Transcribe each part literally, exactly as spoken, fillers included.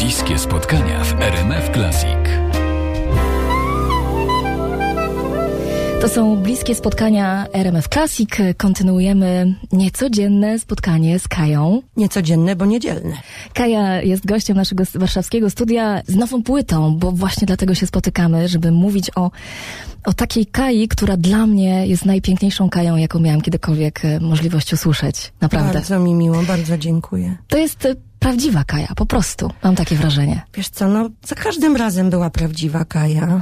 Bliskie spotkania w R M F Classic. To są bliskie spotkania R M F Classic. Kontynuujemy niecodzienne spotkanie z Kają. Niecodzienne, bo niedzielne. Kaja jest gościem naszego warszawskiego studia z nową płytą, bo właśnie dlatego się spotykamy, żeby mówić o, o takiej Kai, która dla mnie jest najpiękniejszą Kają, jaką miałam kiedykolwiek możliwość usłyszeć. Naprawdę. Bardzo mi miło, bardzo dziękuję. To jest prawdziwa Kaja, po prostu. Mam takie wrażenie. Wiesz co, no za każdym razem była prawdziwa Kaja.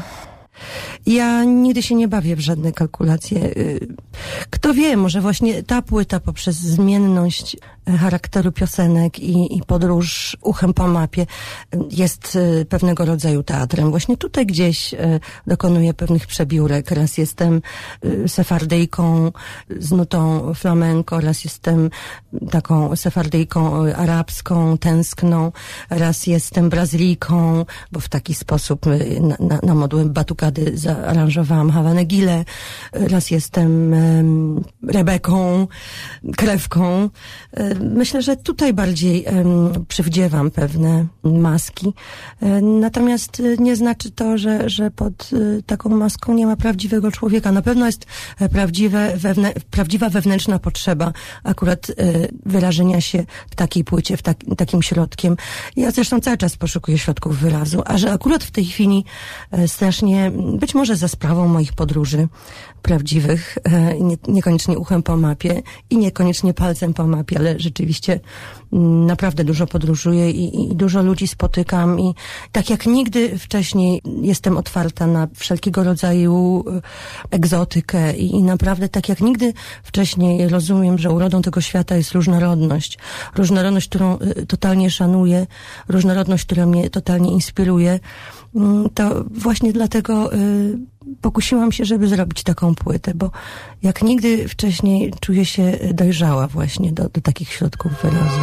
Ja nigdy się nie bawię w żadne kalkulacje. Kto wie, może właśnie ta płyta poprzez zmienność charakteru piosenek i, i podróż uchem po mapie jest pewnego rodzaju teatrem. Właśnie tutaj gdzieś dokonuję pewnych przebiórek. Raz jestem sefardyjką z nutą flamenco, raz jestem taką sefardyjką arabską, tęskną, raz jestem Brazylijką, bo w taki sposób na, na, na modłę batukady zaaranżowałam Havanę Gile, raz jestem um, Rebeką, krewką. Myślę, że tutaj bardziej um, przywdziewam pewne maski. Natomiast nie znaczy to, że, że pod taką maską nie ma prawdziwego człowieka. Na pewno jest prawdziwe, wewnę, prawdziwa wewnętrzna potrzeba akurat wyrażenia się w takiej płycie, w tak, takim środkiem. Ja zresztą cały czas poszukuję środków wyrazu, a że akurat w tej chwili strasznie, być może za sprawą moich podróży prawdziwych, nie, niekoniecznie uchem po mapie i niekoniecznie palcem po mapie, ale rzeczywiście naprawdę dużo podróżuję i, i dużo ludzi spotykam i tak jak nigdy wcześniej jestem otwarta na wszelkiego rodzaju egzotykę i, i naprawdę tak jak nigdy wcześniej rozumiem, że urodą tego świata jest różnorodność. Różnorodność, którą totalnie szanuję, różnorodność, która mnie totalnie inspiruje. To właśnie dlatego y, pokusiłam się, żeby zrobić taką płytę, bo jak nigdy wcześniej czuję się dojrzała właśnie do, do takich środków wyrazu.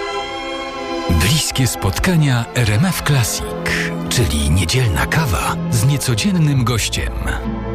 Bliskie spotkania R M F Classic, czyli niedzielna kawa z niecodziennym gościem.